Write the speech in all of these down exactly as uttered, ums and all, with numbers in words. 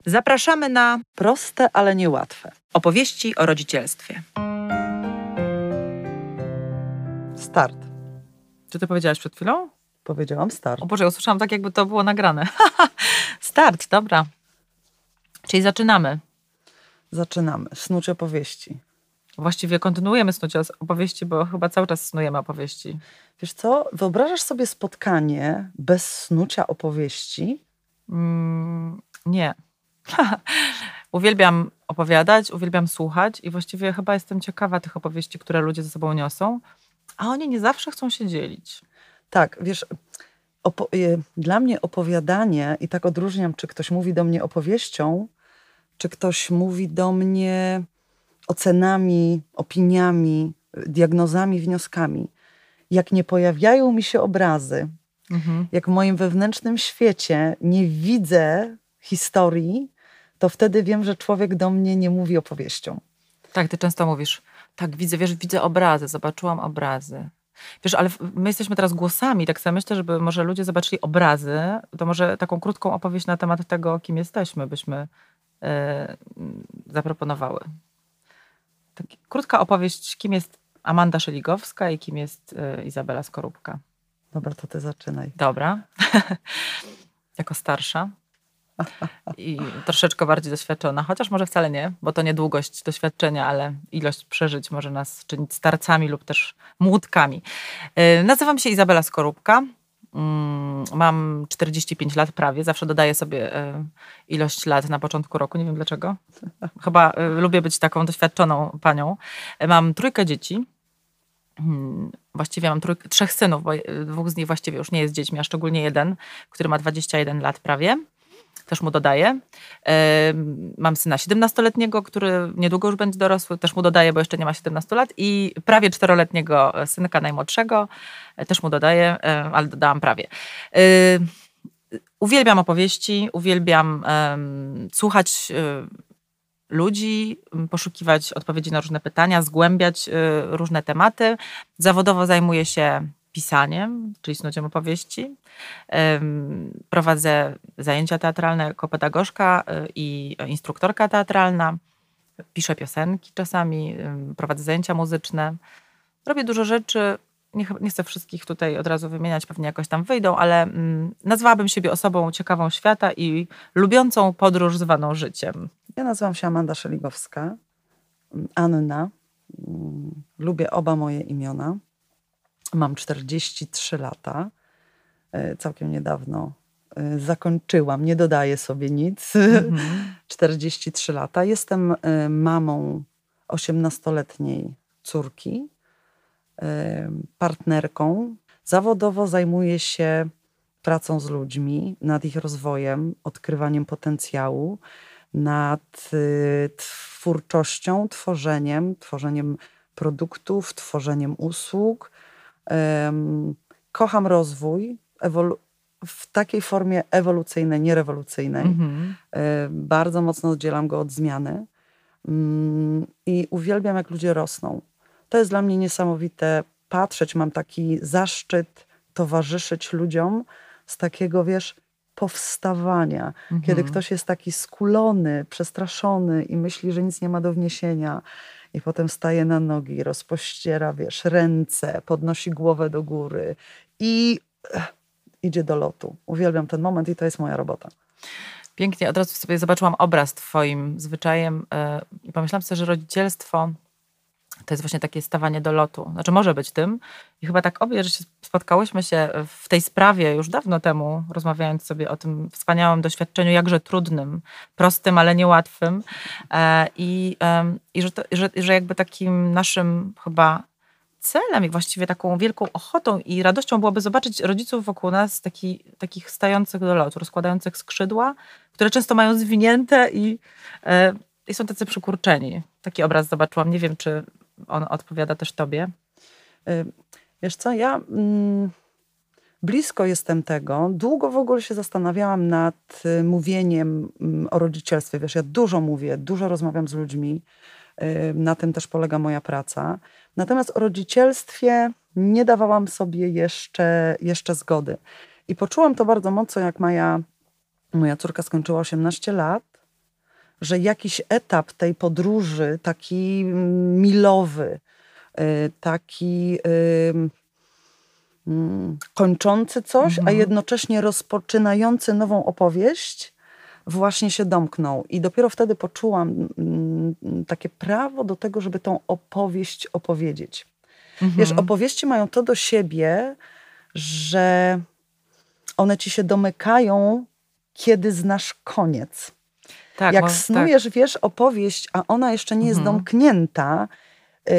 Zapraszamy na Proste, ale niełatwe. opowieści o rodzicielstwie. Start. Czy ty powiedziałaś przed chwilą? Powiedziałam start. O Boże, usłyszałam tak, jakby to było nagrane. Start, dobra. Czyli zaczynamy. Zaczynamy. Snuć opowieści. Właściwie kontynuujemy snucie opowieści, bo chyba cały czas snujemy opowieści. Wiesz co? Wyobrażasz sobie spotkanie bez snucia opowieści? Mm, nie. Uwielbiam opowiadać, uwielbiam słuchać i właściwie chyba jestem ciekawa tych opowieści, które ludzie ze sobą niosą, a oni nie zawsze chcą się dzielić. Tak, wiesz, opo- y, dla mnie opowiadanie, i tak odróżniam, czy ktoś mówi do mnie opowieścią, czy ktoś mówi do mnie ocenami, opiniami, y, diagnozami, wnioskami. Jak nie pojawiają mi się obrazy, Mhm. jak w moim wewnętrznym świecie nie widzę historii, to wtedy wiem, że człowiek do mnie nie mówi opowieścią. Tak, ty często mówisz, tak, widzę, wiesz, widzę obrazy, zobaczyłam obrazy. Wiesz, ale my jesteśmy teraz głosami, tak sobie myślę, żeby może ludzie zobaczyli obrazy, to może taką krótką opowieść na temat tego, kim jesteśmy, byśmy e, zaproponowały. Taki, krótka opowieść, kim jest Amanda Szeligowska i kim jest e, Izabela Skorupka. Dobra, to ty zaczynaj. Dobra. Jako starsza i troszeczkę bardziej doświadczona, chociaż może wcale nie, bo to nie długość doświadczenia, ale ilość przeżyć może nas czynić starcami lub też młódkami. Yy, nazywam się Izabela Skorupka. Yy, mam czterdzieści pięć lat prawie. Zawsze dodaję sobie yy, ilość lat na początku roku. Nie wiem dlaczego. Chyba yy, lubię być taką doświadczoną panią. Yy, mam trójkę dzieci. Właściwie mam trój, trzech synów, bo dwóch z nich właściwie już nie jest dziećmi, a szczególnie jeden, który ma dwadzieścia jeden lat prawie. Też mu dodaję. Mam syna siedemnastoletniego, który niedługo już będzie dorosły. Też mu dodaję, bo jeszcze nie ma siedemnastu lat. I prawie czteroletniego synka najmłodszego. Też mu dodaję, ale dodałam prawie. Uwielbiam opowieści, uwielbiam słuchać ludzi, poszukiwać odpowiedzi na różne pytania, zgłębiać różne tematy. Zawodowo zajmuję się pisaniem, czyli snuciem opowieści. Prowadzę zajęcia teatralne jako pedagogzka i instruktorka teatralna. Piszę piosenki czasami, prowadzę zajęcia muzyczne. Robię dużo rzeczy. Nie, nie chcę wszystkich tutaj od razu wymieniać, pewnie jakoś tam wyjdą, ale mm, nazwałabym siebie osobą ciekawą świata i lubiącą podróż zwaną życiem. Ja nazywam się Amanda Szeligowska, Anna. Lubię oba moje imiona. Mam czterdzieści trzy lata. Całkiem niedawno zakończyłam, nie dodaję sobie nic. Mm-hmm. czterdzieści trzy lata. Jestem mamą osiemnastoletniej córki, partnerką. Zawodowo zajmuję się pracą z ludźmi, nad ich rozwojem, odkrywaniem potencjału, nad y, twórczością, tworzeniem, tworzeniem produktów, tworzeniem usług. Um, kocham rozwój ewolu- w takiej formie ewolucyjnej, nie rewolucyjnej. Mm-hmm. Y, bardzo mocno oddzielam go od zmiany y, i uwielbiam, jak ludzie rosną. To jest dla mnie niesamowite patrzeć. Mam taki zaszczyt towarzyszyć ludziom z takiego, wiesz, powstawania. Mhm. Kiedy ktoś jest taki skulony, przestraszony i myśli, że nic nie ma do wniesienia i potem staje na nogi, rozpościera, wiesz, ręce, podnosi głowę do góry i ech, idzie do lotu. Uwielbiam ten moment i to jest moja robota. Pięknie. Od razu sobie zobaczyłam obraz twoim zwyczajem yy, i pomyślałam sobie, że rodzicielstwo to jest właśnie takie stawanie do lotu. Znaczy może być tym. I chyba tak obie, że się spotkałyśmy się w tej sprawie już dawno temu, rozmawiając sobie o tym wspaniałym doświadczeniu, jakże trudnym, prostym, ale niełatwym. I, i że, to, że, że jakby takim naszym chyba celem i właściwie taką wielką ochotą i radością byłoby zobaczyć rodziców wokół nas taki, takich stających do lotu, rozkładających skrzydła, które często mają zwinięte i, i są tacy przykurczeni. Taki obraz zobaczyłam. Nie wiem, czy on odpowiada też tobie. Wiesz co, ja mm, blisko jestem tego. Długo w ogóle się zastanawiałam nad y, mówieniem y, o rodzicielstwie. Wiesz, ja dużo mówię, dużo rozmawiam z ludźmi. Y, na tym też polega moja praca. Natomiast o rodzicielstwie nie dawałam sobie jeszcze, jeszcze zgody. I poczułam to bardzo mocno, jak moja, moja córka skończyła osiemnaście lat. że jakiś etap tej podróży, taki milowy, taki kończący coś, mhm. a jednocześnie rozpoczynający nową opowieść, właśnie się domknął. I dopiero wtedy poczułam takie prawo do tego, żeby tą opowieść opowiedzieć. Mhm. Wiesz, opowieści mają to do siebie, że one ci się domykają, kiedy znasz koniec. Tak, jak snujesz, tak. wiesz, opowieść, a ona jeszcze nie jest mhm. domknięta, y,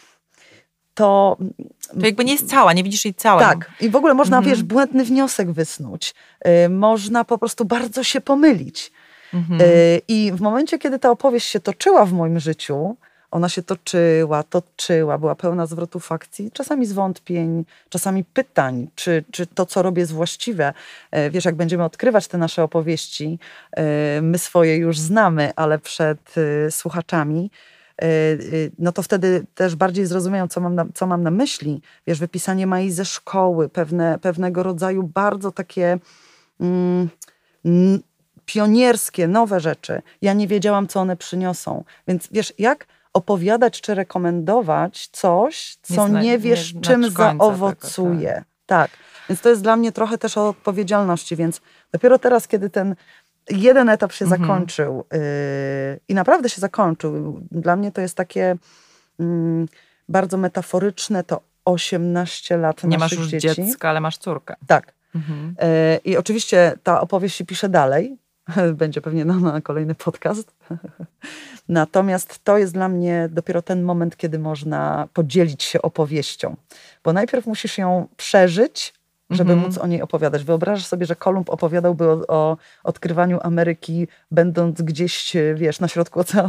to... To jakby nie jest cała, nie widzisz jej całej. Tak. I w ogóle można, mhm. wiesz, błędny wniosek wysnuć. Y, można po prostu bardzo się pomylić. Mhm. Y, I w momencie, kiedy ta opowieść się toczyła w moim życiu, ona się toczyła, toczyła, była pełna zwrotów akcji, czasami zwątpień, czasami pytań, czy, czy to, co robię, jest właściwe. Wiesz, jak będziemy odkrywać te nasze opowieści, my swoje już znamy, ale przed słuchaczami, no to wtedy też bardziej zrozumieją, co mam na, co mam na myśli. Wiesz, wypisanie Mai ze szkoły, pewne, pewnego rodzaju bardzo takie mm, pionierskie, nowe rzeczy. Ja nie wiedziałam, co one przyniosą. Więc wiesz, jak opowiadać czy rekomendować coś, co nie, nie wiesz, nie, czym zaowocuje. Tego, tak. tak. Więc to jest dla mnie trochę też o odpowiedzialności. Więc dopiero teraz, kiedy ten jeden etap się mhm. zakończył yy, i naprawdę się zakończył, dla mnie to jest takie yy, bardzo metaforyczne, to osiemnaście lat nie naszych masz już dzieci. dziecka, ale masz córkę. Tak. Mhm. Yy, I oczywiście ta opowieść się pisze dalej. Będzie pewnie na, na kolejny podcast. Natomiast to jest dla mnie dopiero ten moment, kiedy można podzielić się opowieścią. Bo najpierw musisz ją przeżyć, żeby mm-hmm. móc o niej opowiadać. Wyobrażasz sobie, że Kolumb opowiadałby o, o odkrywaniu Ameryki, będąc gdzieś, wiesz, na środku oceanu.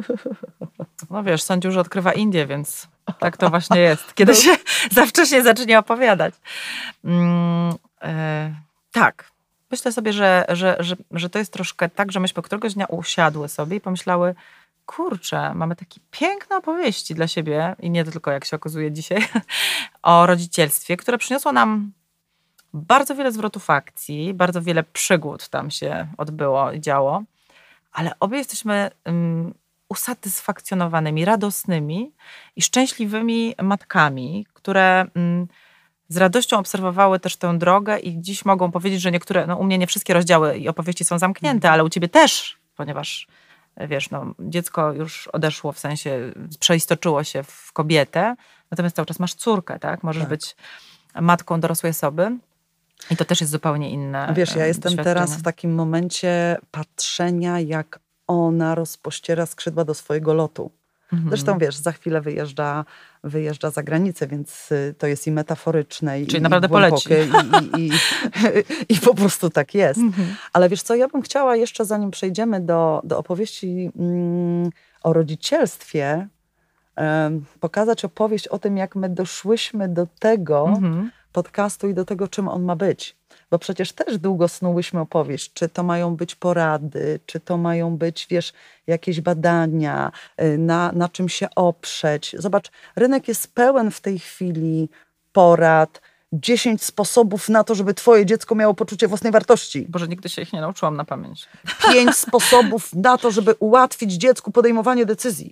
No wiesz, sądził, że odkrywa Indię, więc tak to właśnie jest. Kiedy no. się za wcześnie zacznie opowiadać. Mm, e, tak. Myślę sobie, że, że, że, że to jest troszkę tak, że myśmy któregoś dnia usiadły sobie i pomyślały, kurczę, mamy takie piękne opowieści dla siebie i nie tylko, jak się okazuje dzisiaj, o rodzicielstwie, które przyniosło nam bardzo wiele zwrotów akcji, bardzo wiele przygód tam się odbyło i działo, ale obie jesteśmy um, usatysfakcjonowanymi, radosnymi i szczęśliwymi matkami, które... Um, z radością obserwowały też tę drogę i dziś mogą powiedzieć, że niektóre, no u mnie nie wszystkie rozdziały i opowieści są zamknięte, ale u ciebie też, ponieważ wiesz, no dziecko już odeszło, w sensie przeistoczyło się w kobietę, natomiast cały czas masz córkę, tak? Możesz tak. być matką dorosłej osoby i to też jest zupełnie inne. Wiesz, ja jestem teraz w takim momencie patrzenia, jak ona rozpościera skrzydła do swojego lotu. Mhm. Zresztą wiesz, za chwilę wyjeżdża, wyjeżdża za granicę, więc to jest i metaforyczne, czyli i, naprawdę i głębokie. I, i, i, i, I po prostu tak jest. Mhm. Ale wiesz co, ja bym chciała jeszcze, zanim przejdziemy do, do opowieści mm, o rodzicielstwie, um, pokazać opowieść o tym, jak my doszłyśmy do tego mhm. podcastu i do tego, czym on ma być. Bo przecież też długo snułyśmy opowieść, czy to mają być porady, czy to mają być, wiesz, jakieś badania, na, na czym się oprzeć. Zobacz, rynek jest pełen w tej chwili porad, dziesięć sposobów na to, żeby twoje dziecko miało poczucie własnej wartości. Boże, nigdy się ich nie nauczyłam na pamięć. Pięć sposobów na to, żeby ułatwić dziecku podejmowanie decyzji.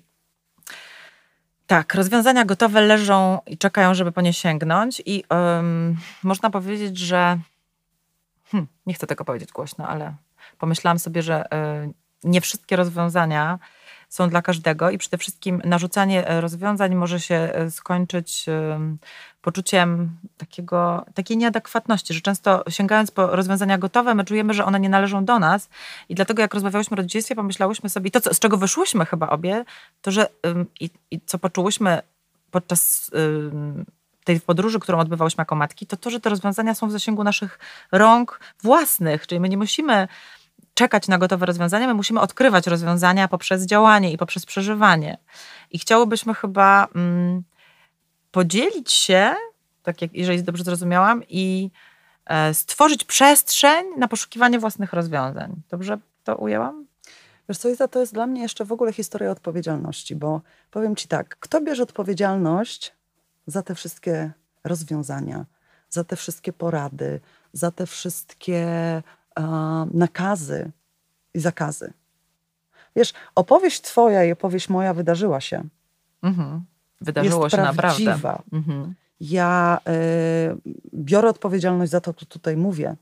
Tak, rozwiązania gotowe leżą i czekają, żeby po nie sięgnąć i um, można powiedzieć, że Hmm, nie chcę tego powiedzieć głośno, ale pomyślałam sobie, że y, nie wszystkie rozwiązania są dla każdego i przede wszystkim narzucanie rozwiązań może się skończyć y, poczuciem takiego, takiej nieadekwatności, że często sięgając po rozwiązania gotowe, my czujemy, że one nie należą do nas i dlatego jak rozmawiałyśmy o rodzicielstwie, pomyślałyśmy sobie, i to co, z czego wyszłyśmy chyba obie, to że y, i, i co poczułyśmy podczas y, tej podróży, którą odbywałyśmy jako matki, to to, że te rozwiązania są w zasięgu naszych rąk własnych, czyli my nie musimy czekać na gotowe rozwiązania, my musimy odkrywać rozwiązania poprzez działanie i poprzez przeżywanie. I chciałybyśmy chyba mm, podzielić się, tak jak jeżeli dobrze zrozumiałam, i e, stworzyć przestrzeń na poszukiwanie własnych rozwiązań. Dobrze to ujęłam? Wiesz co, Iza, to jest dla mnie jeszcze w ogóle historia odpowiedzialności, bo powiem ci tak, kto bierze odpowiedzialność za te wszystkie rozwiązania, za te wszystkie porady, za te wszystkie uh, nakazy i zakazy? Wiesz, opowieść twoja i opowieść moja wydarzyła się. Mhm. Wydarzyło Jest się prawdziwa. naprawdę. Mhm. Ja y, biorę odpowiedzialność za to, co tutaj mówię.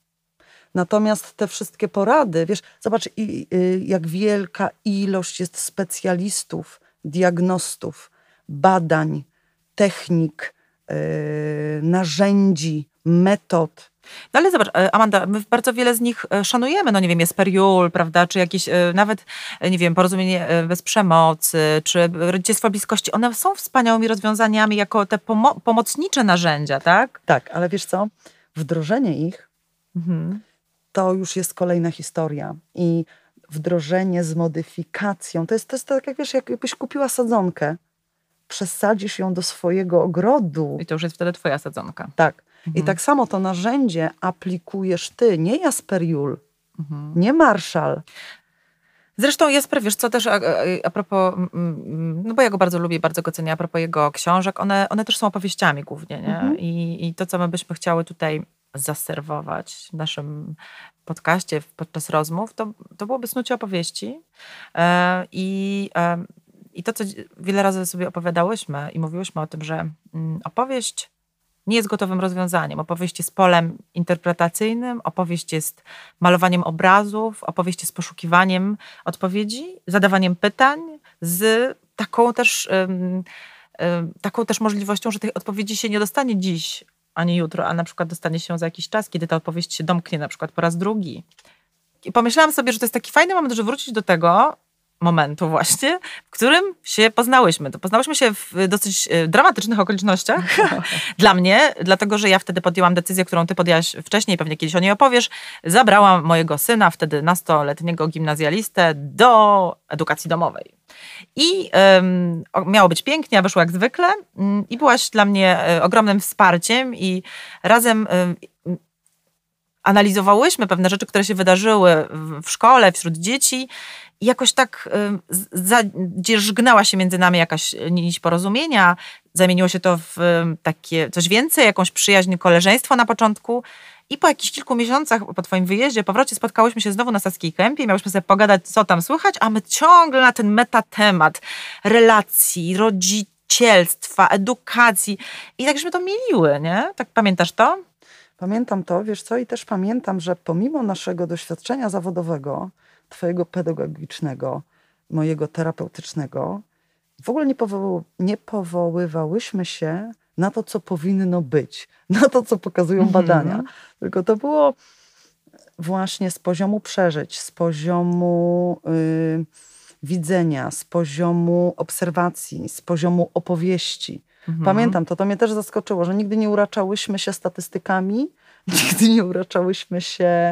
Natomiast te wszystkie porady, wiesz, zobacz, i, y, jak wielka ilość jest specjalistów, diagnostów, badań, technik, y, narzędzi, metod. No ale zobacz, Amanda, my bardzo wiele z nich szanujemy, no nie wiem, jest Periul, prawda, czy jakieś nawet, nie wiem, Porozumienie bez przemocy, czy Rodzicielstwo bliskości, one są wspaniałymi rozwiązaniami jako te pomo- pomocnicze narzędzia, tak? Tak, ale wiesz co, wdrożenie ich Mhm. to już jest kolejna historia i wdrożenie z modyfikacją, to jest, to jest tak, jak wiesz, jakbyś kupiła sadzonkę, przesadzisz ją do swojego ogrodu. I to już jest wtedy twoja sadzonka. Tak. Mhm. I tak samo to narzędzie aplikujesz ty, nie Jasper-Juhl, mhm. nie Marshall. Zresztą Jasper, wiesz co, też a, a propos, no bo ja go bardzo lubię, bardzo go cenię, a propos jego książek, one, one też są opowieściami głównie, nie? Mhm. I, I to, co my byśmy chciały tutaj zaserwować w naszym podcaście podczas rozmów, to, to byłoby snucie opowieści. E, i, e, I to, co wiele razy sobie opowiadałyśmy i mówiłyśmy o tym, że mm, opowieść nie jest gotowym rozwiązaniem. Opowieść jest polem interpretacyjnym, opowieść jest malowaniem obrazów, opowieść jest poszukiwaniem odpowiedzi, zadawaniem pytań z taką też, um, um, taką też możliwością, że tej odpowiedzi się nie dostanie dziś, ani jutro, a na przykład dostanie się za jakiś czas, kiedy ta odpowiedź się domknie na przykład po raz drugi. I pomyślałam sobie, że to jest taki fajny moment, żeby wrócić do tego momentu właśnie, w którym się poznałyśmy. To poznałyśmy się w dosyć dramatycznych okolicznościach. Dla mnie, dlatego, że ja wtedy podjęłam decyzję, którą ty podjęłaś wcześniej, pewnie kiedyś o niej opowiesz. Zabrałam mojego syna, wtedy nastoletniego gimnazjalistę, do edukacji domowej. I um, miało być pięknie, a wyszło jak zwykle. I byłaś dla mnie ogromnym wsparciem i razem um, analizowałyśmy pewne rzeczy, które się wydarzyły w szkole, wśród dzieci. I jakoś tak zadzierzgnęła się między nami jakaś nić porozumienia. Zamieniło się to w takie coś więcej, jakąś przyjaźń, koleżeństwo na początku. I po jakichś kilku miesiącach po twoim wyjeździe, powrocie spotkałyśmy się znowu na Saskiej Kępie. Miałyśmy sobie pogadać, co tam słychać, a my ciągle na ten metatemat relacji, rodzicielstwa, edukacji. I tak żeśmy to mieliły, nie? Tak pamiętasz to? Pamiętam to, wiesz co, i też pamiętam, że pomimo naszego doświadczenia zawodowego, twojego pedagogicznego, mojego terapeutycznego, w ogóle nie, powoł, nie powoływałyśmy się na to, co powinno być, na to, co pokazują mm-hmm. badania. Tylko to było właśnie z poziomu przeżyć, z poziomu y, widzenia, z poziomu obserwacji, z poziomu opowieści. Mm-hmm. Pamiętam to, to mnie też zaskoczyło, że nigdy nie uraczałyśmy się statystykami, nigdy nie uraczałyśmy się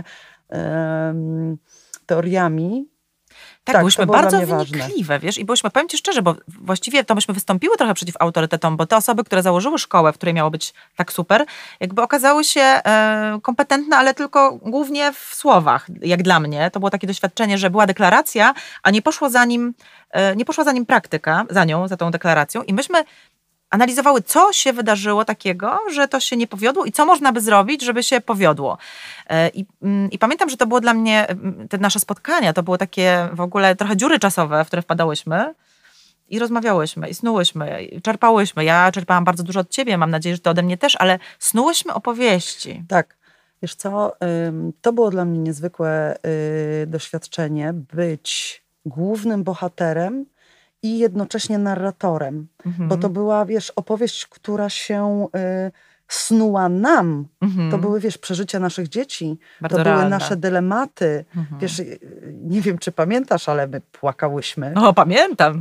um, teoriami. Tak, tak, byłyśmy bardzo wynikliwe, wiesz, i byłyśmy, powiem ci szczerze, bo właściwie to myśmy wystąpiły trochę przeciw autorytetom, bo te osoby, które założyły szkołę, w której miało być tak super, jakby okazały się e, kompetentne, ale tylko głównie w słowach, jak dla mnie. To było takie doświadczenie, że była deklaracja, a nie poszło za nim, e, nie poszła za nim praktyka, za nią, za tą deklaracją i myśmy analizowały, co się wydarzyło takiego, że to się nie powiodło i co można by zrobić, żeby się powiodło. I, i pamiętam, że to było dla mnie, te nasze spotkania, to były takie w ogóle trochę dziury czasowe, w które wpadałyśmy i rozmawiałyśmy, i snułyśmy, i czerpałyśmy. Ja czerpałam bardzo dużo od ciebie, mam nadzieję, że to ode mnie też, ale snułyśmy opowieści. Tak. Wiesz co, to było dla mnie niezwykłe doświadczenie, być głównym bohaterem i jednocześnie narratorem, mhm. bo to była, wiesz, opowieść, która się y, snuła nam. Mhm. To były, wiesz, przeżycia naszych dzieci. Bardzo to realne. Były nasze dylematy. Mhm. Wiesz, nie wiem, czy pamiętasz, ale my płakałyśmy. O, pamiętam.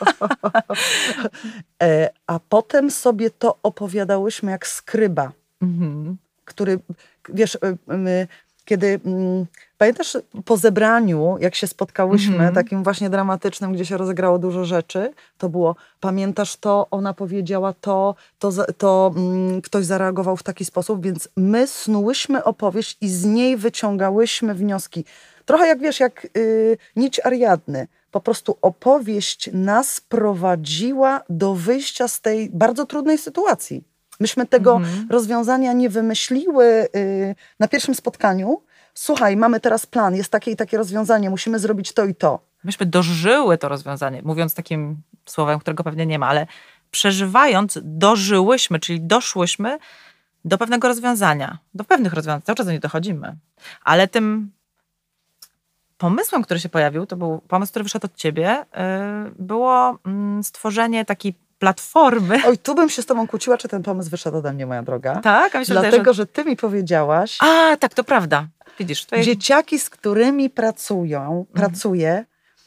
e, a potem sobie to opowiadałyśmy jak skryba, mhm. który, wiesz, my, kiedy... Mm, pamiętasz po zebraniu, jak się spotkałyśmy, mm-hmm. takim właśnie dramatycznym, gdzie się rozegrało dużo rzeczy, to było, pamiętasz to, ona powiedziała to, to, to mm, ktoś zareagował w taki sposób, więc my snułyśmy opowieść i z niej wyciągałyśmy wnioski. Trochę jak, wiesz, jak y, nić Ariadny. Po prostu opowieść nas prowadziła do wyjścia z tej bardzo trudnej sytuacji. Myśmy tego mm-hmm. rozwiązania nie wymyśliły y, na pierwszym spotkaniu. Słuchaj, mamy teraz plan, jest takie i takie rozwiązanie, musimy zrobić to i to. myśmy dożyły to rozwiązanie, mówiąc takim słowem, którego pewnie nie ma, ale przeżywając, dożyłyśmy, czyli doszłyśmy do pewnego rozwiązania, do pewnych rozwiązań, cały czas do nich dochodzimy, ale tym pomysłem, który się pojawił, to był pomysł, który wyszedł od ciebie, było stworzenie takiej platformy. Oj, tu bym się z tobą kłóciła, czy ten pomysł wyszedł ode mnie, moja droga. Tak? A myślę, Dlatego, że... że ty mi powiedziałaś... A, tak, to prawda. Widzisz, to jest... Dzieciaki, z którymi pracują, mm. pracuję,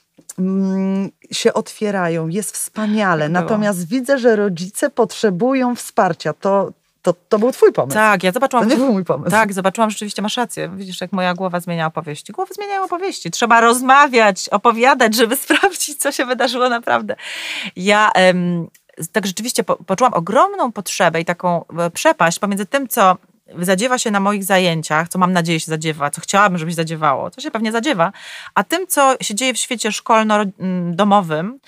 mm, się otwierają. Jest wspaniale. Natomiast widzę, że rodzice potrzebują wsparcia. To, to, to był twój pomysł. Tak, ja zobaczyłam... To nie był mój pomysł. Tak, zobaczyłam, rzeczywiście masz rację. Widzisz, jak moja głowa zmienia opowieści. Głowy zmieniają opowieści. Trzeba rozmawiać, opowiadać, żeby sprawdzić, co się wydarzyło naprawdę. Ja... Em, tak rzeczywiście po, poczułam ogromną potrzebę i taką przepaść pomiędzy tym, co zadziewa się na moich zajęciach, co mam nadzieję się zadziewa, co chciałabym, żeby się zadziewało, co się pewnie zadziewa, a tym, co się dzieje w świecie szkolno-domowym.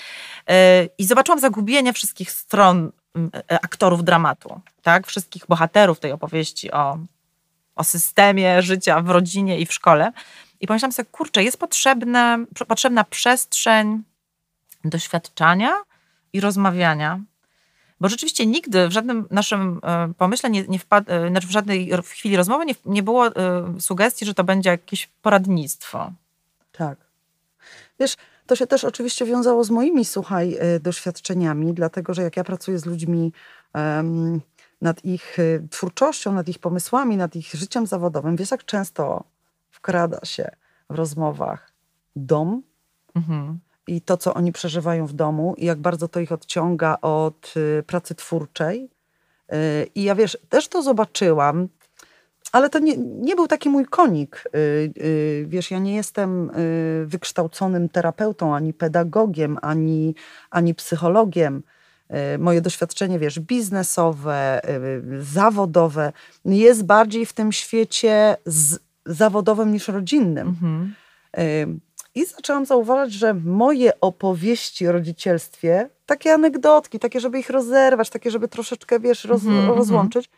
I zobaczyłam zagubienie wszystkich stron aktorów dramatu, tak? Wszystkich bohaterów tej opowieści o, o systemie życia w rodzinie i w szkole. I pomyślałam sobie, kurczę, jest potrzebne, potrzebna przestrzeń doświadczania i rozmawiania. Bo rzeczywiście nigdy w żadnym naszym pomyśle, nie, nie wpad, znaczy w żadnej chwili rozmowy nie, nie było sugestii, że to będzie jakieś poradnictwo. Tak. Wiesz, to się też oczywiście wiązało z moimi, słuchaj, doświadczeniami, dlatego, że jak ja pracuję z ludźmi um, nad ich twórczością, nad ich pomysłami, nad ich życiem zawodowym, wiesz, jak często wkrada się w rozmowach dom, mhm. i to, co oni przeżywają w domu i jak bardzo to ich odciąga od y, pracy twórczej. Y, I ja, wiesz, też to zobaczyłam, ale to nie, nie był taki mój konik. Y, y, wiesz, ja nie jestem y, wykształconym terapeutą, ani pedagogiem, ani, ani psychologiem. Y, moje doświadczenie, wiesz, biznesowe, y, zawodowe jest bardziej w tym świecie z, zawodowym niż rodzinnym. Mhm. Y, I zaczęłam zauważać, że moje opowieści o rodzicielstwie, takie anegdotki, takie, żeby ich rozerwać, takie, żeby troszeczkę, wiesz, roz, mm-hmm. rozłączyć,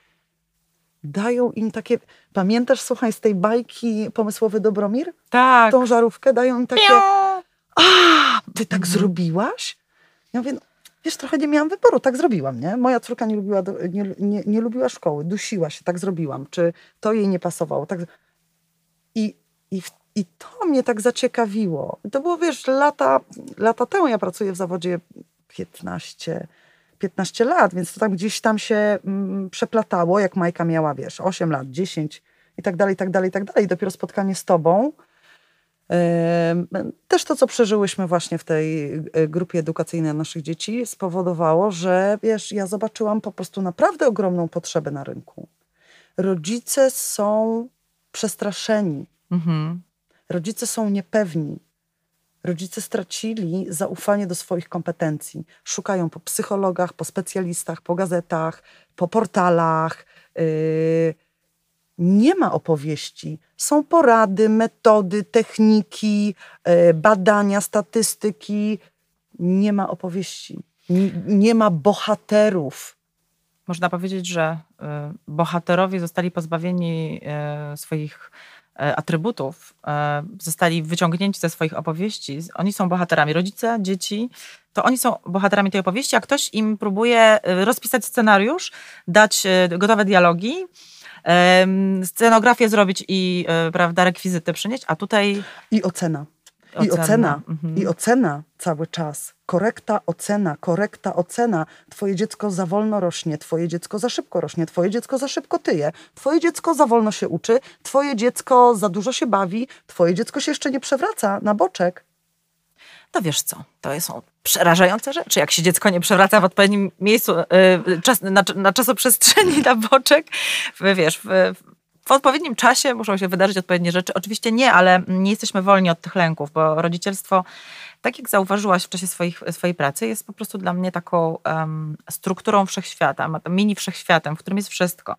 dają im takie... Pamiętasz, słuchaj, z tej bajki Pomysłowy Dobromir? Tak. Tą żarówkę dają im takie... A, ty tak mm-hmm. zrobiłaś? Ja mówię, no, wiesz, trochę nie miałam wyboru, tak zrobiłam, nie? Moja córka nie lubiła, do, nie, nie, nie lubiła szkoły, dusiła się, tak zrobiłam. Czy to jej nie pasowało? Tak... I, i w I to mnie tak zaciekawiło. To było, wiesz, lata, lata temu. Ja pracuję w zawodzie piętnaście, piętnaście lat, więc to tak gdzieś tam się mm, przeplatało, jak Majka miała, wiesz, osiem lat, dziesięć i tak dalej, i tak dalej, i tak dalej. Dopiero spotkanie z tobą. Yy, też to, co przeżyłyśmy właśnie w tej grupie edukacyjnej naszych dzieci, spowodowało, że, wiesz, ja zobaczyłam po prostu naprawdę ogromną potrzebę na rynku. Rodzice są przestraszeni. Mhm. Rodzice są niepewni. Rodzice stracili zaufanie do swoich kompetencji. Szukają po psychologach, po specjalistach, po gazetach, po portalach. Yy, nie ma opowieści. Są porady, metody, techniki, yy, badania, statystyki. Nie ma opowieści. Nie, nie ma bohaterów. Można powiedzieć, że y, bohaterowie zostali pozbawieni y, swoich atrybutów, zostali wyciągnięci ze swoich opowieści. Oni są bohaterami. Rodzice, dzieci, to oni są bohaterami tej opowieści, a ktoś im próbuje rozpisać scenariusz, dać gotowe dialogi, scenografię zrobić i, prawda, rekwizyty przynieść, a tutaj... I ocena. I ocena. ocena. Mhm. I ocena cały czas. Korekta, ocena, korekta, ocena. Twoje dziecko za wolno rośnie, twoje dziecko za szybko rośnie, twoje dziecko za szybko tyje, twoje dziecko za wolno się uczy, twoje dziecko za dużo się bawi, twoje dziecko się jeszcze nie przewraca na boczek. To wiesz co, to są przerażające rzeczy. Jak się dziecko nie przewraca w odpowiednim miejscu, yy, czas, na, na czasoprzestrzeni na boczek, wiesz, w, w odpowiednim czasie muszą się wydarzyć odpowiednie rzeczy. Oczywiście nie, ale nie jesteśmy wolni od tych lęków, bo rodzicielstwo, tak jak zauważyłaś w czasie swoich, swojej pracy, jest po prostu dla mnie taką um, strukturą wszechświata, mini wszechświatem, w którym jest wszystko.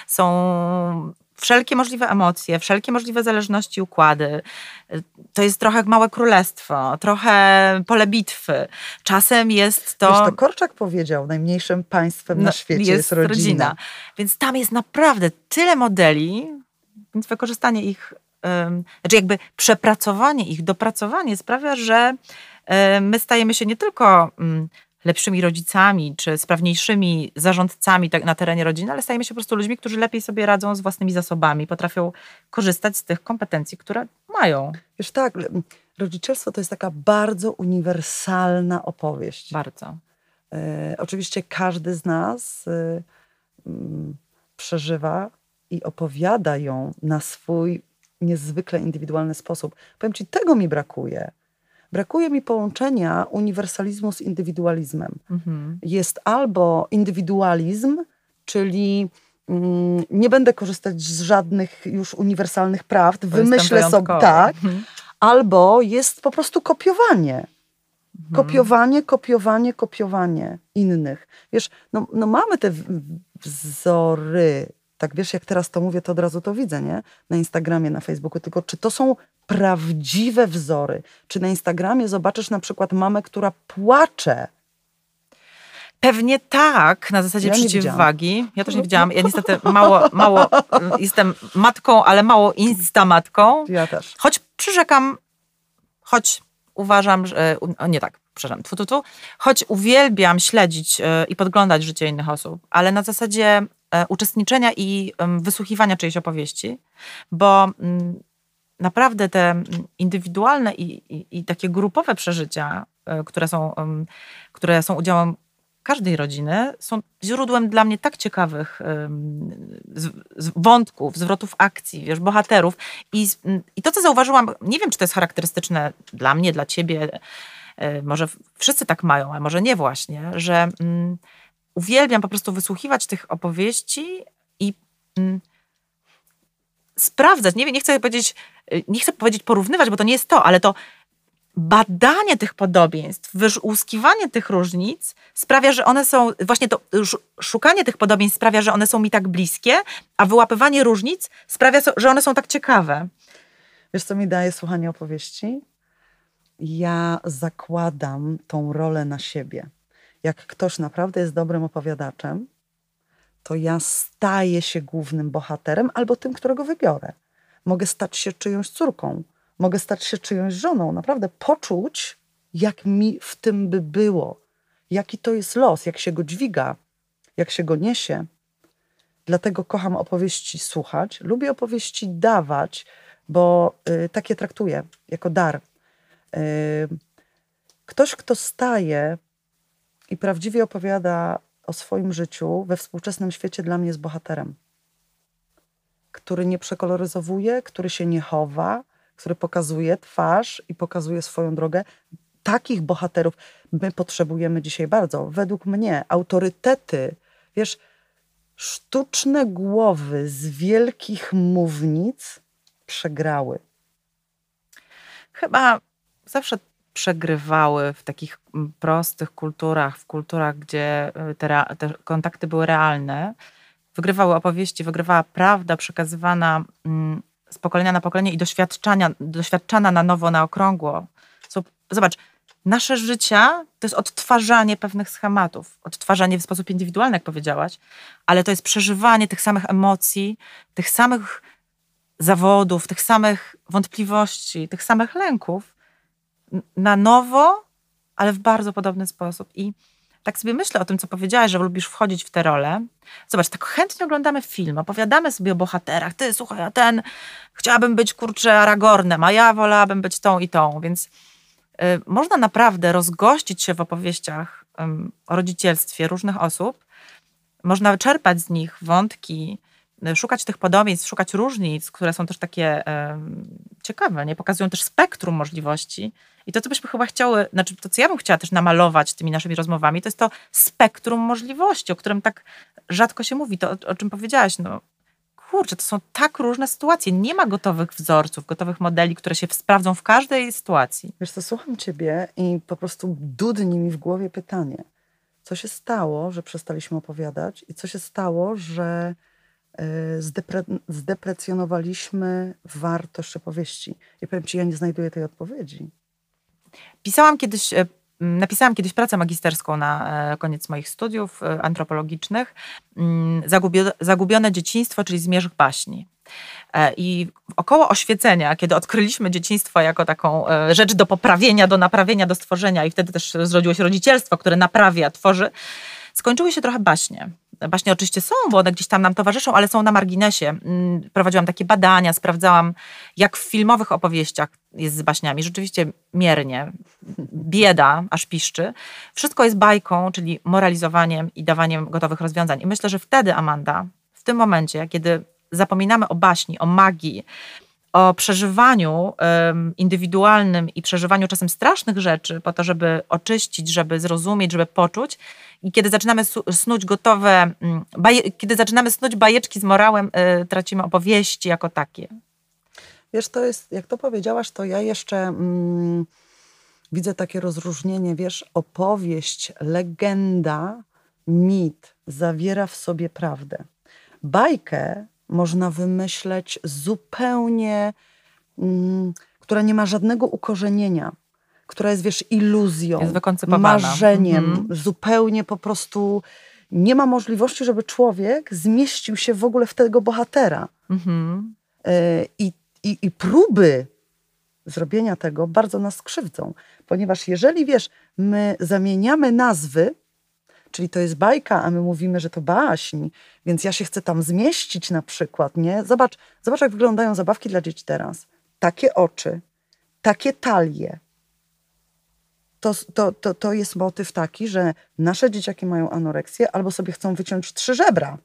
Są wszelkie możliwe emocje, wszelkie możliwe zależności, układy. To jest trochę jak małe królestwo, trochę pole bitwy. Czasem jest to... Wiesz, to Korczak powiedział, najmniejszym państwem no, na świecie jest, jest rodzina. rodzina. Więc tam jest naprawdę tyle modeli, więc wykorzystanie ich znaczy jakby przepracowanie ich, dopracowanie sprawia, że my stajemy się nie tylko lepszymi rodzicami, czy sprawniejszymi zarządcami na terenie rodziny, ale stajemy się po prostu ludźmi, którzy lepiej sobie radzą z własnymi zasobami, potrafią korzystać z tych kompetencji, które mają. Wiesz, tak, rodzicielstwo to jest taka bardzo uniwersalna opowieść. Bardzo. E, oczywiście każdy z nas e, m, przeżywa i opowiada ją na swój niezwykle indywidualny sposób. Powiem ci, tego mi brakuje. Brakuje mi połączenia uniwersalizmu z indywidualizmem. Mhm. Jest albo indywidualizm, czyli mm, nie będę korzystać z żadnych już uniwersalnych prawd, to wymyślę sobie tak, mhm. albo jest po prostu kopiowanie. Mhm. Kopiowanie, kopiowanie, kopiowanie innych. Wiesz, no, no mamy te wzory, tak wiesz, jak teraz to mówię, to od razu to widzę, nie? Na Instagramie, na Facebooku, tylko czy to są prawdziwe wzory? Czy na Instagramie zobaczysz na przykład mamę, która płacze? Pewnie tak, na zasadzie ja przeciwwagi. Ja też nie widziałam. Ja niestety mało, mało jestem matką, ale mało instamatką. Ja też. Choć przyrzekam, choć uważam, że... O, nie tak, przepraszam, tfu, tfu, tfu, choć uwielbiam śledzić i podglądać życie innych osób, ale na zasadzie uczestniczenia i wysłuchiwania czyjejś opowieści, bo naprawdę te indywidualne i, i, i takie grupowe przeżycia, które są, które są udziałem każdej rodziny, są źródłem dla mnie tak ciekawych z, z wątków, zwrotów akcji, wiesz, bohaterów. I, I to, co zauważyłam, nie wiem, czy to jest charakterystyczne dla mnie, dla ciebie, może wszyscy tak mają, a może nie właśnie, że um, uwielbiam po prostu wysłuchiwać tych opowieści i um, sprawdzać, nie wiem, nie chcę powiedzieć, nie chcę powiedzieć porównywać, bo to nie jest to, ale to badanie tych podobieństw, wyłuskiwanie tych różnic sprawia, że one są, właśnie to szukanie tych podobieństw sprawia, że one są mi tak bliskie, a wyłapywanie różnic sprawia, że one są tak ciekawe. Wiesz, co mi daje słuchanie opowieści? Ja zakładam tą rolę na siebie. Jak ktoś naprawdę jest dobrym opowiadaczem, to ja staję się głównym bohaterem albo tym, którego wybiorę. Mogę stać się czyjąś córką, mogę stać się czyjąś żoną. Naprawdę poczuć, jak mi w tym by było. Jaki to jest los, jak się go dźwiga, jak się go niesie. Dlatego kocham opowieści słuchać. Lubię opowieści dawać, bo y, tak je traktuję, jako dar. Y, ktoś, kto staje i prawdziwie opowiada o swoim życiu we współczesnym świecie, dla mnie jest bohaterem. Który nie przekoloryzowuje, który się nie chowa, który pokazuje twarz i pokazuje swoją drogę. Takich bohaterów my potrzebujemy dzisiaj bardzo. Według mnie autorytety, wiesz, sztuczne głowy z wielkich mównic przegrały. Chyba zawsze przegrywały w takich prostych kulturach, w kulturach, gdzie te, te kontakty były realne. Wygrywały opowieści, wygrywała prawda przekazywana mm, z pokolenia na pokolenie i doświadczania, doświadczana na nowo, na okrągło. Zobacz, nasze życia to jest odtwarzanie pewnych schematów. Odtwarzanie w sposób indywidualny, jak powiedziałaś, ale to jest przeżywanie tych samych emocji, tych samych zawodów, tych samych wątpliwości, tych samych lęków na nowo, ale w bardzo podobny sposób. I tak sobie myślę o tym, co powiedziałaś, że lubisz wchodzić w te role. Zobacz, tak chętnie oglądamy film, opowiadamy sobie o bohaterach. Ty, słuchaj, a ten, chciałabym być, kurczę, Aragornem, a ja wolałabym być tą i tą. Więc y, można naprawdę rozgościć się w opowieściach y, o rodzicielstwie różnych osób. Można czerpać z nich wątki, y, szukać tych podobieństw, szukać różnic, które są też takie y, ciekawe, nie? Pokazują też spektrum możliwości. I to, co byśmy chyba chciały, znaczy to, co ja bym chciała też namalować tymi naszymi rozmowami, to jest to spektrum możliwości, o którym tak rzadko się mówi. To, o, o czym powiedziałaś, no kurczę, to są tak różne sytuacje. Nie ma gotowych wzorców, gotowych modeli, które się sprawdzą w każdej sytuacji. Wiesz co, słucham ciebie i po prostu dudni mi w głowie pytanie. Co się stało, że przestaliśmy opowiadać i co się stało, że y, zdepre- zdeprecjonowaliśmy wartość opowieści? I powiem ci, ja nie znajduję tej odpowiedzi. Pisałam kiedyś napisałam kiedyś pracę magisterską na koniec moich studiów antropologicznych. Zagubione, zagubione dzieciństwo, czyli Zmierzch baśni. I około oświecenia, kiedy odkryliśmy dzieciństwo jako taką rzecz do poprawienia, do naprawienia, do stworzenia i wtedy też zrodziło się rodzicielstwo, które naprawia, tworzy, skończyły się trochę baśnie. Baśnie oczywiście są, bo one gdzieś tam nam towarzyszą, ale są na marginesie. Prowadziłam takie badania, sprawdzałam, jak w filmowych opowieściach jest z baśniami. Rzeczywiście miernie, bieda, aż piszczy. Wszystko jest bajką, czyli moralizowaniem i dawaniem gotowych rozwiązań. I myślę, że wtedy, Amanda, w tym momencie, kiedy zapominamy o baśni, o magii, o przeżywaniu um, indywidualnym i przeżywaniu czasem strasznych rzeczy po to, żeby oczyścić, żeby zrozumieć, żeby poczuć. I kiedy zaczynamy snuć gotowe, baje, kiedy zaczynamy snuć bajeczki z morałem, y, tracimy opowieści jako takie. Wiesz, to jest, jak to powiedziałaś, to ja jeszcze mm, widzę takie rozróżnienie, wiesz, opowieść, legenda, mit zawiera w sobie prawdę. Bajkę można wymyśleć zupełnie, mm, która nie ma żadnego ukorzenienia, która jest, wiesz, iluzją, jest wykoncypowana. Marzeniem, mhm. zupełnie po prostu nie ma możliwości, żeby człowiek zmieścił się w ogóle w tego bohatera. Mhm. Y, i, i, I próby zrobienia tego bardzo nas krzywdzą, ponieważ jeżeli, wiesz, my zamieniamy nazwy, czyli to jest bajka, a my mówimy, że to baśń, więc ja się chcę tam zmieścić na przykład, nie? Zobacz, zobacz jak wyglądają zabawki dla dzieci teraz. Takie oczy, takie talie. To, to, to, to jest motyw taki, że nasze dzieciaki mają anoreksję albo sobie chcą wyciąć trzy żebra.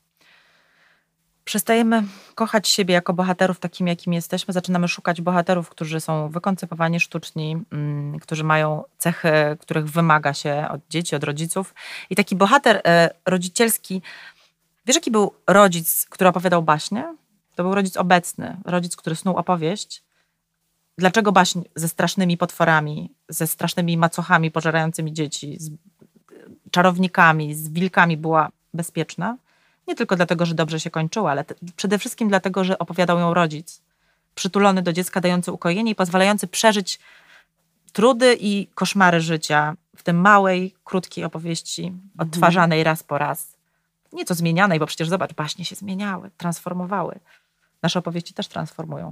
Przestajemy kochać siebie jako bohaterów takim, jakim jesteśmy. Zaczynamy szukać bohaterów, którzy są wykoncypowani, sztuczni, mm, którzy mają cechy, których wymaga się od dzieci, od rodziców. I taki bohater e, rodzicielski, wiesz jaki był rodzic, który opowiadał baśnie? To był rodzic obecny, rodzic, który snuł opowieść. Dlaczego baśń ze strasznymi potworami, ze strasznymi macochami pożerającymi dzieci, z czarownikami, z wilkami była bezpieczna? Nie tylko dlatego, że dobrze się kończyła, ale te, przede wszystkim dlatego, że opowiadał ją rodzic. Przytulony do dziecka, dający ukojenie i pozwalający przeżyć trudy i koszmary życia w tej małej, krótkiej opowieści, odtwarzanej raz po raz. Nieco zmienianej, bo przecież zobacz, baśnie się zmieniały, transformowały. Nasze opowieści też transformują.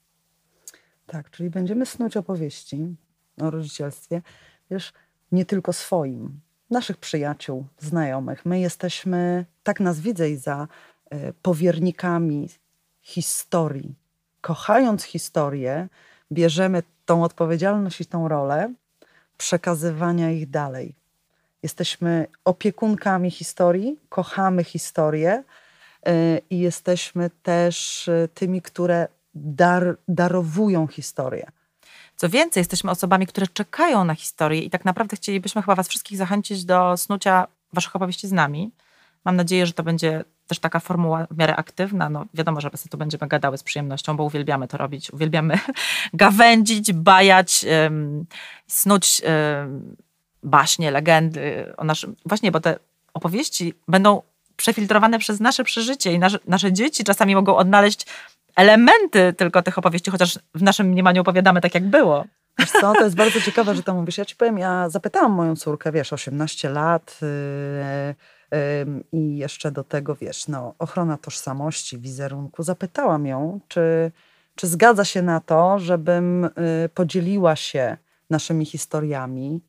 Tak, czyli będziemy snuć opowieści o rodzicielstwie, wiesz, nie tylko swoim, naszych przyjaciół, znajomych. My jesteśmy, tak nas widzę, Iza, powiernikami historii. Kochając historię, bierzemy tą odpowiedzialność i tą rolę przekazywania ich dalej. Jesteśmy opiekunkami historii, kochamy historię yy, i jesteśmy też tymi, które dar, darowują historię. Co więcej, jesteśmy osobami, które czekają na historię i tak naprawdę chcielibyśmy chyba was wszystkich zachęcić do snucia waszych opowieści z nami. Mam nadzieję, że to będzie też taka formuła w miarę aktywna. No wiadomo, że my sobie tu będziemy gadały z przyjemnością, bo uwielbiamy to robić. Uwielbiamy gawędzić, bajać, ym, snuć ym, baśnie, legendy o naszym... Właśnie, bo te opowieści będą przefiltrowane przez nasze przeżycie i nasze, nasze dzieci czasami mogą odnaleźć elementy tylko tych opowieści, chociaż w naszym mniemaniu opowiadamy tak, jak było. Wiesz co, to jest bardzo ciekawe, że to mówisz. Ja ci powiem, ja zapytałam moją córkę, wiesz, osiemnaście lat yy, yy, i jeszcze do tego, wiesz, no, ochrona tożsamości, wizerunku. Zapytałam ją, czy, czy zgadza się na to, żebym yy, podzieliła się naszymi historiami.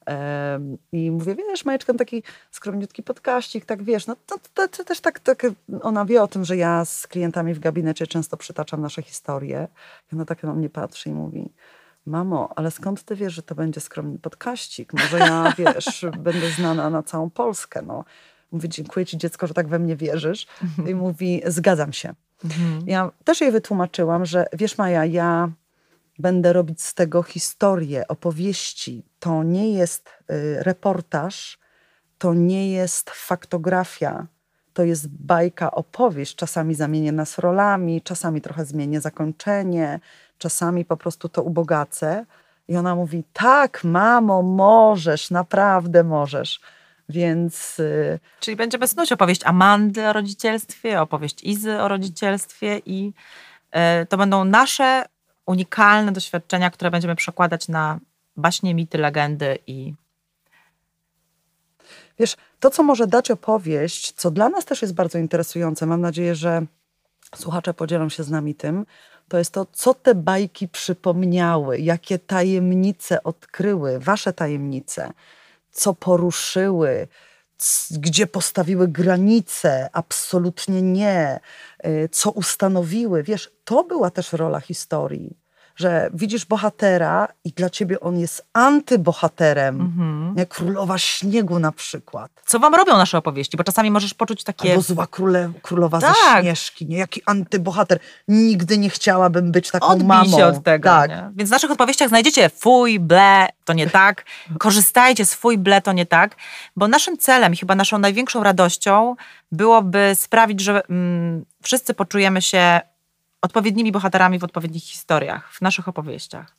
I mówię, wiesz, Majeczka, taki skromniutki podkaścik, tak wiesz, no to, to, to też tak, tak, ona wie o tym, że ja z klientami w gabinecie często przytaczam nasze historie. I ona tak na mnie patrzy i mówi, mamo, ale skąd ty wiesz, że to będzie skromny podkaścik? Może ja, wiesz, będę znana na całą Polskę, no. Mówię, dziękuję ci, dziecko, że tak we mnie wierzysz. I mówi, zgadzam się. Mhm. Ja też jej wytłumaczyłam, że wiesz, Maja, ja będę robić z tego historię, opowieści. To nie jest y, reportaż, to nie jest faktografia, to jest bajka, opowieść. Czasami zamienię nas rolami, czasami trochę zmienię zakończenie, czasami po prostu to ubogacę. I ona mówi, tak, mamo, możesz, naprawdę możesz. Więc... Y... Czyli będziemy snuć opowieść Amandy o rodzicielstwie, opowieść Izy o rodzicielstwie i y, to będą nasze unikalne doświadczenia, które będziemy przekładać na baśnie, mity, legendy i... Wiesz, to, co może dać opowieść, co dla nas też jest bardzo interesujące, mam nadzieję, że słuchacze podzielą się z nami tym, to jest to, co te bajki przypomniały, jakie tajemnice odkryły, wasze tajemnice, co poruszyły, c- gdzie postawiły granice, absolutnie nie, y, co ustanowiły. Wiesz, to była też rola historii, że widzisz bohatera i dla ciebie on jest antybohaterem, Mhm. jak Królowa Śniegu na przykład. Co wam robią nasze opowieści? Bo czasami możesz poczuć takie... Albo Zła króle, Królowa ze Tak. Śnieżki, nie? Jaki antybohater. Nigdy nie chciałabym być taką Odbij mamą. się od tego. Tak. Nie? Więc w naszych odpowiedziach znajdziecie fuj, ble, to nie tak. Korzystajcie z fuj, ble, to nie tak. Bo naszym celem i chyba naszą największą radością byłoby sprawić, że mm, wszyscy poczujemy się odpowiednimi bohaterami w odpowiednich historiach, w naszych opowieściach.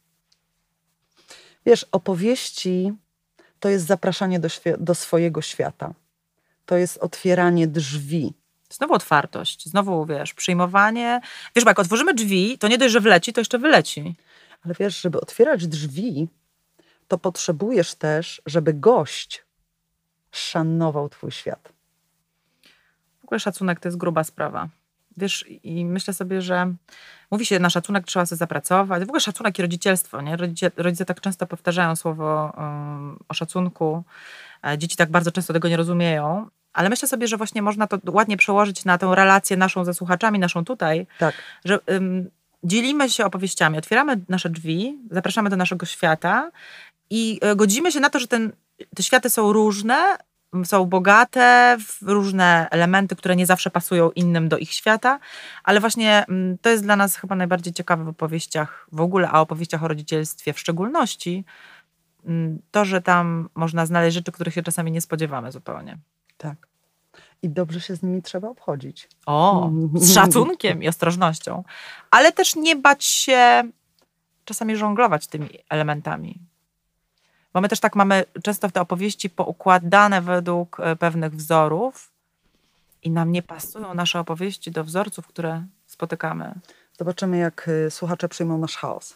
Wiesz, opowieści to jest zapraszanie do, świe- do swojego świata. To jest otwieranie drzwi. Znowu otwartość, znowu, wiesz, przyjmowanie. Wiesz, bo jak otworzymy drzwi, to nie dość, że wleci, to jeszcze wyleci. Ale wiesz, żeby otwierać drzwi, to potrzebujesz też, żeby gość szanował twój świat. W ogóle szacunek to jest gruba sprawa. Wiesz, i myślę sobie, że mówi się, na szacunek trzeba sobie zapracować. W ogóle szacunek i rodzicielstwo, nie? Rodzice, rodzice tak często powtarzają słowo um, o szacunku. Dzieci tak bardzo często tego nie rozumieją. Ale myślę sobie, że właśnie można to ładnie przełożyć na tę relację naszą ze słuchaczami, naszą tutaj. Tak. Że um, dzielimy się opowieściami, otwieramy nasze drzwi, zapraszamy do naszego świata i godzimy się na to, że ten, te światy są różne, są bogate w różne elementy, które nie zawsze pasują innym do ich świata, ale właśnie to jest dla nas chyba najbardziej ciekawe w opowieściach w ogóle, a opowieściach o rodzicielstwie w szczególności, to, że tam można znaleźć rzeczy, których się czasami nie spodziewamy zupełnie. Tak. I dobrze się z nimi trzeba obchodzić. O, z szacunkiem i ostrożnością. Ale też nie bać się czasami żonglować tymi elementami. Bo my też tak mamy często w te opowieści poukładane według pewnych wzorów i nam nie pasują nasze opowieści do wzorców, które spotykamy. Zobaczymy, jak słuchacze przyjmą nasz chaos.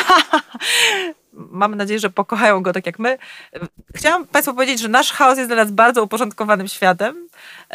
Mamy nadzieję, że pokochają go tak jak my. Chciałam Państwu powiedzieć, że nasz chaos jest dla nas bardzo uporządkowanym światem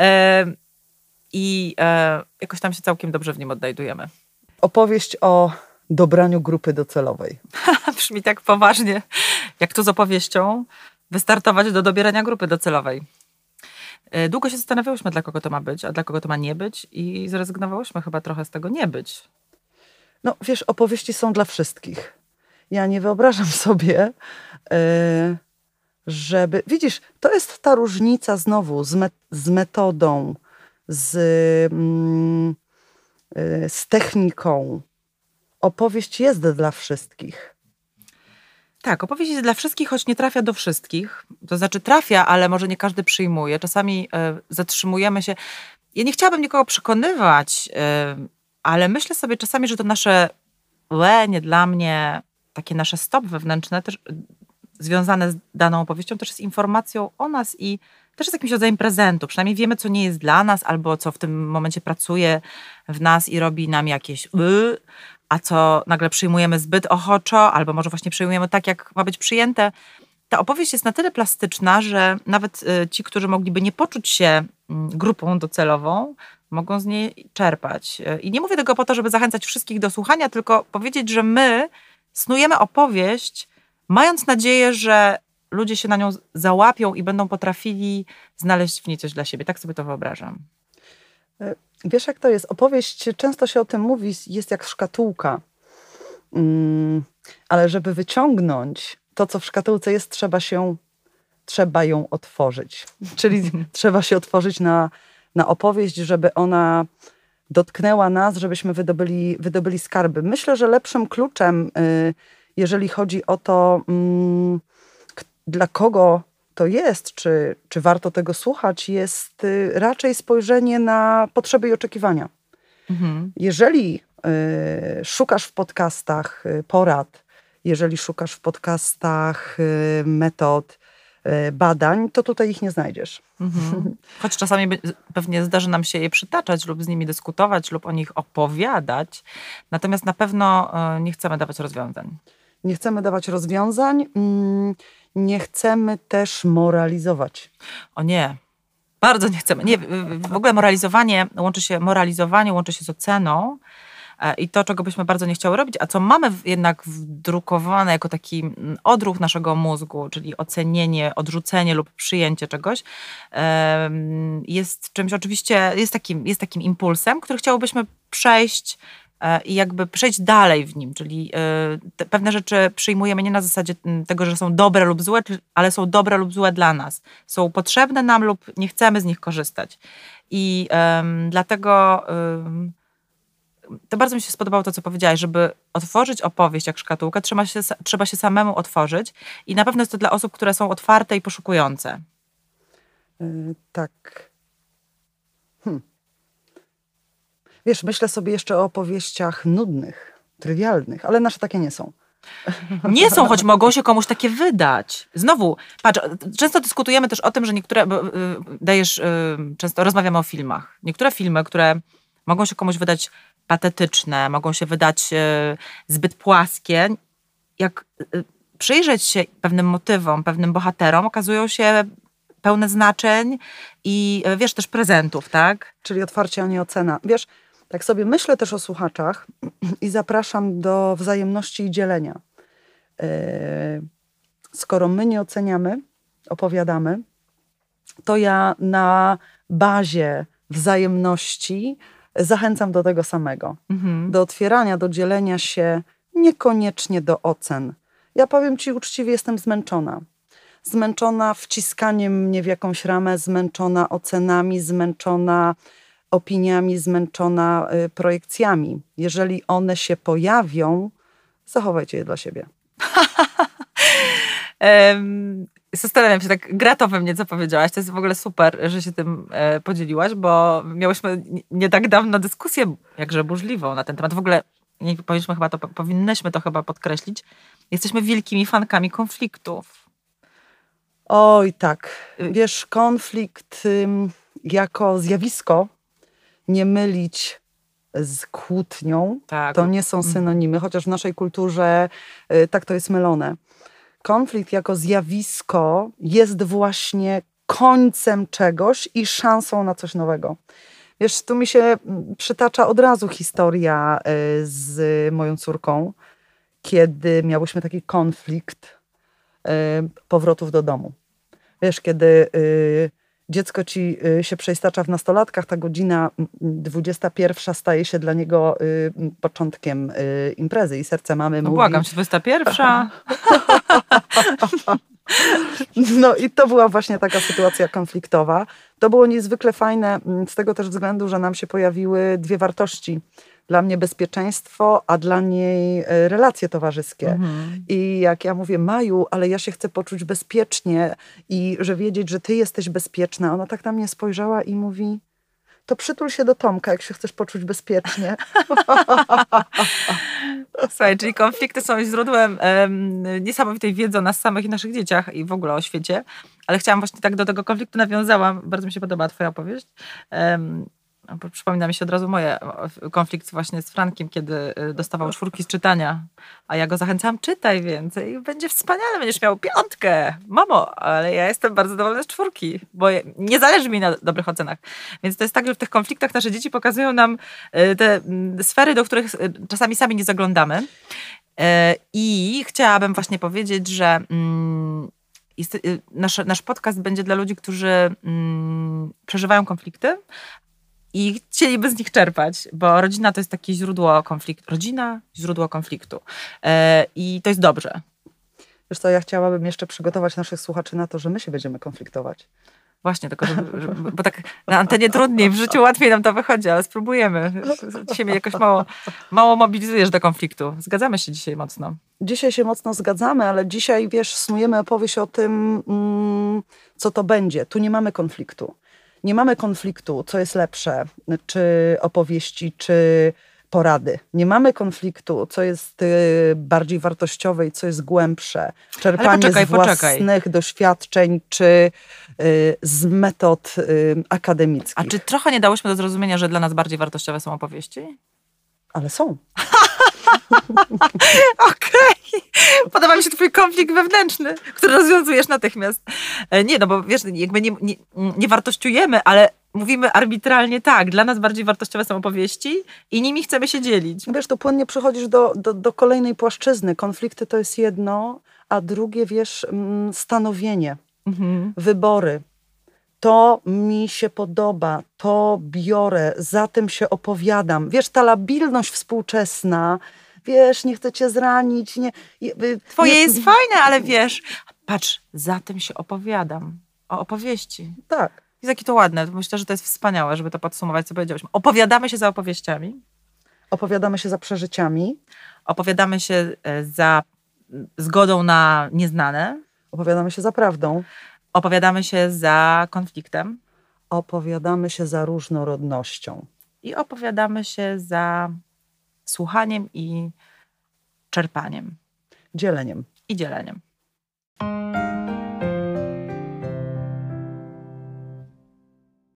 i jakoś tam się całkiem dobrze w nim odnajdujemy. Opowieść o dobraniu grupy docelowej. Brzmi tak poważnie, jak tu z opowieścią wystartować do dobierania grupy docelowej. Długo się zastanawiałyśmy, dla kogo to ma być, a dla kogo to ma nie być i zrezygnowałyśmy chyba trochę z tego nie być. No wiesz, opowieści są dla wszystkich. Ja nie wyobrażam sobie, yy, żeby... Widzisz, to jest ta różnica znowu z, met- z metodą, z, yy, z techniką. Opowieść jest dla wszystkich. Tak, opowieść jest dla wszystkich, choć nie trafia do wszystkich. To znaczy trafia, ale może nie każdy przyjmuje. Czasami y, zatrzymujemy się. Ja nie chciałabym nikogo przekonywać, y, ale myślę sobie czasami, że to nasze łe, nie dla mnie, takie nasze stop wewnętrzne, też y, związane z daną opowieścią, też jest informacją o nas i też jest jakimś rodzajem prezentu. Przynajmniej wiemy, co nie jest dla nas, albo co w tym momencie pracuje w nas i robi nam jakieś y, a co nagle przyjmujemy zbyt ochoczo, albo może właśnie przyjmujemy tak, jak ma być przyjęte. Ta opowieść jest na tyle plastyczna, że nawet ci, którzy mogliby nie poczuć się grupą docelową, mogą z niej czerpać. I nie mówię tego po to, żeby zachęcać wszystkich do słuchania, tylko powiedzieć, że my snujemy opowieść, mając nadzieję, że ludzie się na nią załapią i będą potrafili znaleźć w niej coś dla siebie. Tak sobie to wyobrażam. Wiesz, jak to jest? Opowieść, często się o tym mówi, jest jak szkatułka. Mm, ale żeby wyciągnąć to, co w szkatułce jest, trzeba się, trzeba ją otworzyć. Czyli trzeba się otworzyć na, na opowieść, żeby ona dotknęła nas, żebyśmy wydobyli, wydobyli skarby. Myślę, że lepszym kluczem, y, jeżeli chodzi o to, y, k- dla kogo to jest, czy, czy warto tego słuchać, jest y, raczej spojrzenie na potrzeby i oczekiwania. Mhm. Jeżeli y, szukasz w podcastach y, porad, jeżeli szukasz w podcastach y, metod, y, badań, to tutaj ich nie znajdziesz. Mhm. Choć czasami by, pewnie zdarzy nam się je przytaczać lub z nimi dyskutować lub o nich opowiadać, natomiast na pewno y, nie chcemy dawać rozwiązań. Nie chcemy dawać rozwiązań, mm, nie chcemy też moralizować. O nie, bardzo nie chcemy. Nie, w ogóle moralizowanie łączy się, moralizowanie łączy się z oceną i to, czego byśmy bardzo nie chciały robić, a co mamy jednak wdrukowane jako taki odruch naszego mózgu, czyli ocenienie, odrzucenie lub przyjęcie czegoś, jest czymś oczywiście, jest takim, jest takim impulsem, który chciałobyśmy przejść i jakby przejść dalej w nim, czyli te pewne rzeczy przyjmujemy nie na zasadzie tego, że są dobre lub złe, ale są dobre lub złe dla nas. Są potrzebne nam lub nie chcemy z nich korzystać. I um, dlatego um, to bardzo mi się spodobało to, co powiedziałaś, żeby otworzyć opowieść jak szkatułkę, trzeba się, trzeba się samemu otworzyć i na pewno jest to dla osób, które są otwarte i poszukujące. Yy, tak. Hm. Wiesz, myślę sobie jeszcze o opowieściach nudnych, trywialnych, ale nasze takie nie są. Nie są, choć mogą się komuś takie wydać. Znowu, patrz, często dyskutujemy też o tym, że niektóre, bo, y, dajesz, y, często rozmawiamy o filmach. Niektóre filmy, które mogą się komuś wydać patetyczne, mogą się wydać y, zbyt płaskie. Jak y, przyjrzeć się pewnym motywom, pewnym bohaterom, okazują się pełne znaczeń i y, wiesz, też prezentów, tak? Czyli otwarcie, a nie ocena. Wiesz, tak sobie myślę też o słuchaczach i zapraszam do wzajemności i dzielenia. Yy, skoro my nie oceniamy, opowiadamy, to ja na bazie wzajemności zachęcam do tego samego. Mhm. Do otwierania, do dzielenia się, niekoniecznie do ocen. Ja powiem ci uczciwie, jestem zmęczona. Zmęczona wciskaniem mnie w jakąś ramę, zmęczona ocenami, zmęczona opiniami, zmęczona y, projekcjami. Jeżeli one się pojawią, zachowajcie je dla siebie. um, zastanawiam się, tak gra to we mnie, co powiedziałaś. To jest w ogóle super, że się tym e, podzieliłaś, bo miałyśmy nie tak dawno dyskusję, jakże burzliwą na ten temat. W ogóle, nie powinniśmy chyba to, powinnyśmy to chyba podkreślić. Jesteśmy wielkimi fankami konfliktów. Oj, tak. Wiesz, konflikt ym, jako zjawisko nie mylić z kłótnią. Tak. To nie są synonimy, chociaż w naszej kulturze y, tak to jest mylone. Konflikt jako zjawisko jest właśnie końcem czegoś i szansą na coś nowego. Wiesz, tu mi się przytacza od razu historia y, z moją córką, kiedy miałyśmy taki konflikt y, powrotów do domu. Wiesz, kiedy y, dziecko ci y, się przeistacza w nastolatkach, ta godzina dwudziesta pierwsza staje się dla niego y, początkiem y, imprezy i serce mamy no mówi... błagam cię, dwudziesta pierwsza. No i to była właśnie taka sytuacja konfliktowa. To było niezwykle fajne z tego też względu, że nam się pojawiły dwie wartości. Dla mnie bezpieczeństwo, a dla niej relacje towarzyskie. Mhm. I jak ja mówię, Maju, ale ja się chcę poczuć bezpiecznie i że wiedzieć, że ty jesteś bezpieczna. Ona tak na mnie spojrzała i mówi, to przytul się do Tomka, jak się chcesz poczuć bezpiecznie. Słuchaj, czyli konflikty są źródłem um, niesamowitej wiedzy o nas samych i naszych dzieciach i w ogóle o świecie. Ale chciałam właśnie tak do tego konfliktu nawiązałam. Bardzo mi się podoba twoja opowieść. Um, Przypomina mi się od razu moje konflikt właśnie z Frankiem, kiedy dostawał czwórki z czytania, a ja go zachęcałam, czytaj więcej, będzie wspaniale, będziesz miał piątkę. Mamo, ale ja jestem bardzo zadowolona z czwórki, bo nie zależy mi na dobrych ocenach. Więc to jest tak, że w tych konfliktach nasze dzieci pokazują nam te sfery, do których czasami sami nie zaglądamy. I chciałabym właśnie powiedzieć, że jest, nasz, nasz podcast będzie dla ludzi, którzy przeżywają konflikty, i chcieliby z nich czerpać, bo rodzina to jest takie źródło konfliktu. Rodzina, źródło konfliktu. E, I to jest dobrze. Wiesz co, ja chciałabym jeszcze przygotować naszych słuchaczy na to, że my się będziemy konfliktować. Właśnie, tylko żeby, żeby, bo tak na antenie trudniej, w życiu łatwiej nam to wychodzi, ale spróbujemy. Dzisiaj mnie jakoś mało, mało mobilizujesz do konfliktu. Zgadzamy się dzisiaj mocno. Dzisiaj się mocno zgadzamy, ale dzisiaj, wiesz, snujemy opowieść o tym, mm, co to będzie. Tu nie mamy konfliktu. Nie mamy konfliktu, co jest lepsze, czy opowieści, czy porady. Nie mamy konfliktu, co jest y, bardziej wartościowe i co jest głębsze. Czerpanie poczekaj, z własnych poczekaj. doświadczeń, czy y, z metod y, akademickich. A czy trochę nie dałyśmy do zrozumienia, że dla nas bardziej wartościowe są opowieści? Ale są. Okej. Podoba mi się twój konflikt wewnętrzny, który rozwiązujesz natychmiast. Nie, no bo wiesz, jakby nie, nie, nie wartościujemy, ale mówimy arbitralnie tak. Dla nas bardziej wartościowe są opowieści i nimi chcemy się dzielić. Wiesz, to płynnie przechodzisz do, do, do kolejnej płaszczyzny. Konflikty to jest jedno, a drugie, wiesz, stanowienie, mhm. wybory. To mi się podoba, to biorę, za tym się opowiadam. Wiesz, ta labilność współczesna, wiesz, nie chcę cię zranić. Nie, Twoje nie, jest fajne, ale wiesz, patrz, za tym się opowiadam. O opowieści. Tak. Jest jakie to ładne. Myślę, że to jest wspaniałe, żeby to podsumować, co powiedziałyśmy. Opowiadamy się za opowieściami. Opowiadamy się za przeżyciami. Opowiadamy się za zgodą na nieznane. Opowiadamy się za prawdą. Opowiadamy się za konfliktem. Opowiadamy się za różnorodnością. I opowiadamy się za słuchaniem i czerpaniem. Dzieleniem. I dzieleniem.